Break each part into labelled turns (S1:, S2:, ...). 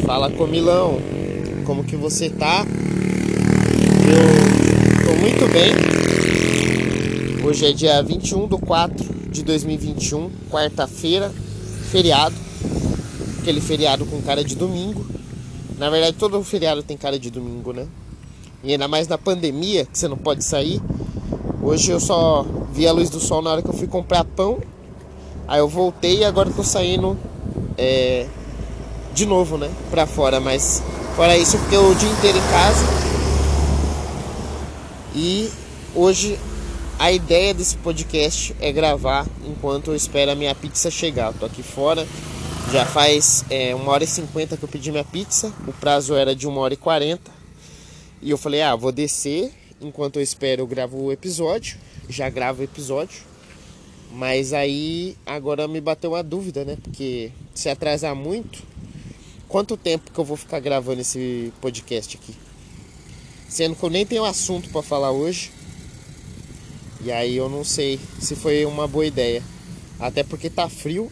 S1: Fala, comilão, como que você tá? Eu tô muito bem. Hoje é dia 21/4/2021, quarta-feira, feriado. Aquele feriado com cara de domingo. Na verdade, todo feriado tem cara de domingo, né? E ainda mais na pandemia, que você não pode sair. Hoje eu só vi a luz do sol na hora que eu fui comprar pão. Aí eu voltei e agora eu tô saindo de novo, né? Pra fora, mas fora isso eu fiquei o dia inteiro em casa. E hoje a ideia desse podcast é gravar enquanto eu espero a minha pizza chegar. Eu tô aqui fora, já faz 1h50 que eu pedi minha pizza. O prazo era de 1h40. E eu falei, vou descer. Enquanto eu espero, eu gravo o episódio. Já gravo o episódio. Mas aí agora me bateu uma dúvida, né? Porque se atrasar muito, quanto tempo que eu vou ficar gravando esse podcast aqui? Sendo que eu nem tenho assunto pra falar hoje. E aí eu não sei se foi uma boa ideia. Até porque tá frio.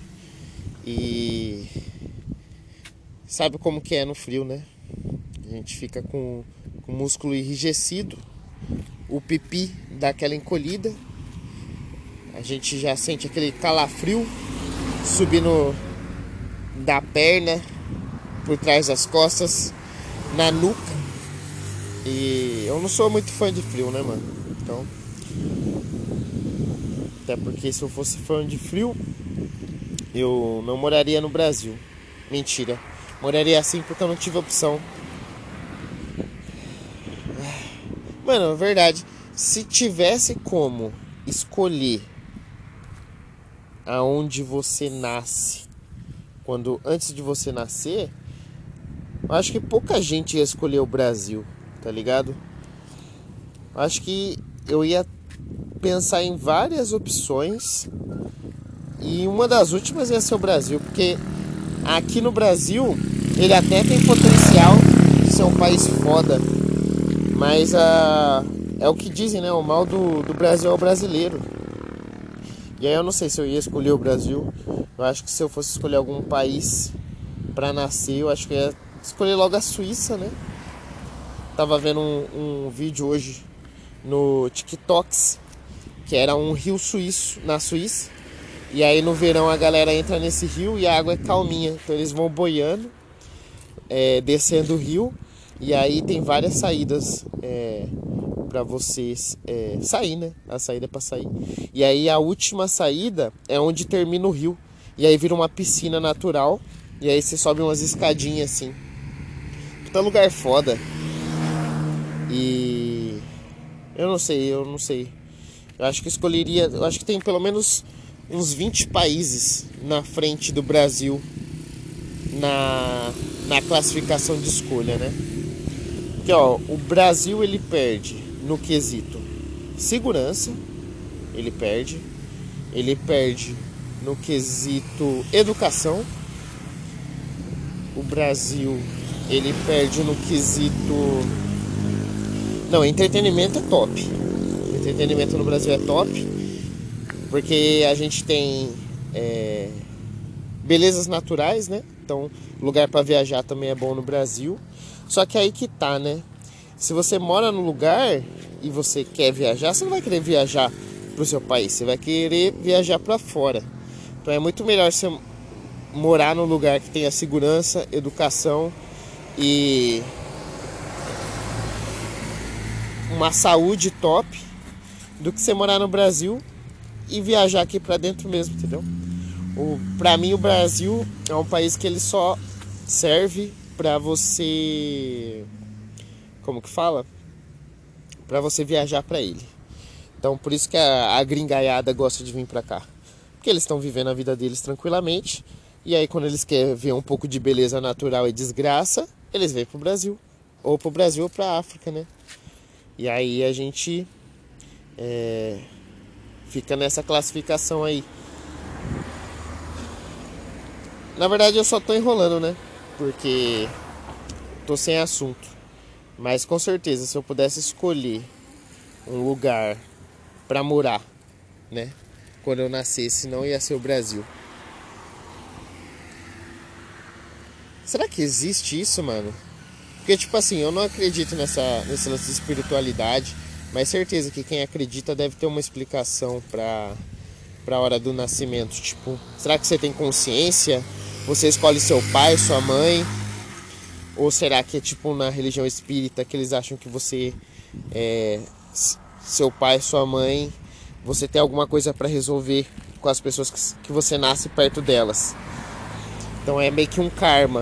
S1: E sabe como que é no frio, né? A gente fica com o músculo enrijecido. O pipi dá aquela encolhida. A gente já sente aquele calafrio subindo da perna, por trás das costas, na nuca. E eu não sou muito fã de frio, né, mano? Então, até porque se eu fosse fã de frio, eu não moraria no Brasil. Mentira. Moraria assim porque eu não tive opção. Mano, é verdade. Se tivesse como escolher aonde você nasce, antes de você nascer, eu acho que pouca gente ia escolher o Brasil, tá ligado? Eu acho que eu ia pensar em várias opções e uma das últimas ia ser o Brasil, porque aqui no Brasil ele até tem potencial de ser um país foda, mas é o que dizem, né? O mal do Brasil é o brasileiro. E aí eu não sei se eu ia escolher o Brasil. Eu acho que se eu fosse escolher algum país pra nascer, eu acho que eu ia escolher logo a Suíça, né? Tava vendo um vídeo hoje no TikToks, que era um rio suíço na Suíça. E aí no verão a galera entra nesse rio e a água é calminha. Então eles vão boiando, descendo o rio. E aí tem várias saídas para vocês sair, né? A saída é pra sair. E aí a última saída é onde termina o rio. E aí vira uma piscina natural. E aí você sobe umas escadinhas assim. Puta lugar foda. E eu não sei. Eu acho que escolheria. Eu acho que tem pelo menos uns 20 países na frente do Brasil na classificação de escolha, né? Porque o Brasil ele perde no quesito segurança, ele perde no quesito educação. O Brasil ele perde no quesito. Não, entretenimento é top. Entretenimento no Brasil é top, porque a gente tem belezas naturais, né? Então, lugar para viajar também é bom no Brasil. Só que aí que tá, né? Se você mora no lugar e você quer viajar, você não vai querer viajar pro seu país, você vai querer viajar para fora. Então é muito melhor você morar num lugar que tenha segurança, educação e uma saúde top do que você morar no Brasil e viajar aqui para dentro mesmo, entendeu? Pra mim o Brasil é um país que ele só serve pra você, como que fala? Pra você viajar pra ele. Então por isso que a gringaiada gosta de vir pra cá. Porque eles estão vivendo a vida deles tranquilamente. E aí quando eles querem ver um pouco de beleza natural e desgraça, eles vêm pro Brasil. Ou pro Brasil ou pra África, né? E aí a gente fica nessa classificação aí. Na verdade eu só tô enrolando, né? Porque tô sem assunto. Mas com certeza, se eu pudesse escolher um lugar pra morar, né? Quando eu nascesse, não ia ser o Brasil. Será que existe isso, mano? Porque, tipo assim, eu não acredito nesse lance de espiritualidade, mas certeza que quem acredita deve ter uma explicação pra hora do nascimento. Tipo, será que você tem consciência? Você escolhe seu pai, sua mãe? Ou será que é tipo na religião espírita que eles acham que você é seu pai, sua mãe, você tem alguma coisa pra resolver com as pessoas que você nasce perto delas? Então é meio que um karma.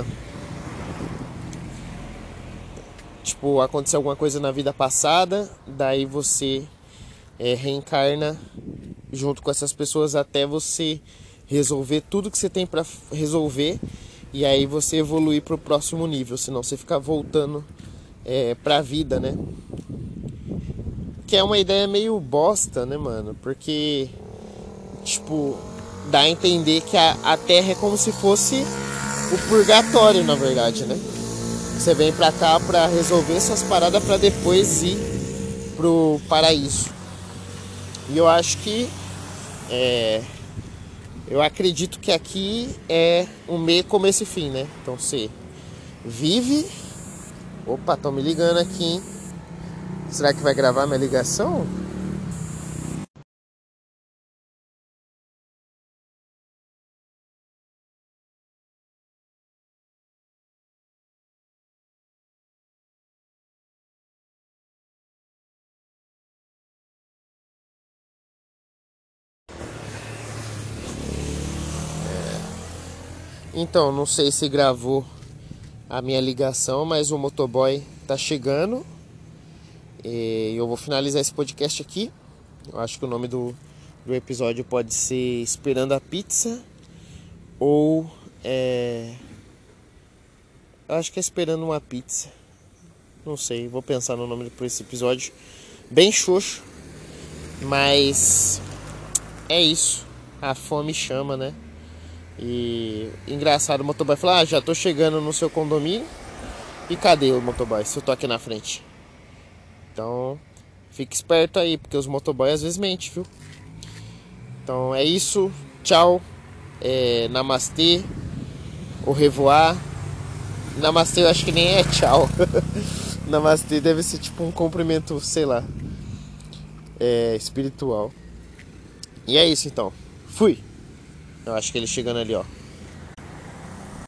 S1: Tipo, aconteceu alguma coisa na vida passada, daí você reencarna junto com essas pessoas até você resolver tudo que você tem pra resolver e aí você evoluir pro próximo nível, senão você fica voltando pra vida, né? Que é uma ideia meio bosta, né, mano? Porque, tipo, dá a entender que a Terra é como se fosse o purgatório, na verdade, né? Você vem pra cá pra resolver essas paradas pra depois ir pro paraíso. E eu acho que eu acredito que aqui é um meio, começo e fim, né? Então você vive. Opa, estão me ligando aqui, hein? Será que vai gravar minha ligação? Então, não sei se gravou a minha ligação, mas o motoboy tá chegando. E eu vou finalizar esse podcast aqui. Eu acho que o nome do episódio pode ser Esperando a Pizza ou eu acho que é Esperando uma Pizza. Não sei, vou pensar no nome para esse episódio. Bem xoxo, mas é isso. A fome chama, né? E engraçado, o motoboy falou: ah, já tô chegando no seu condomínio. E cadê o motoboy se eu tô aqui na frente? Então, fique esperto aí, porque os motoboys às vezes mentem, viu? Então é isso. Tchau. Namastê. Au revoir. Namastê eu acho que nem é tchau. Namastê deve ser tipo um cumprimento, sei lá, espiritual. E é isso então. Fui. Eu acho que ele chegando ali, ó.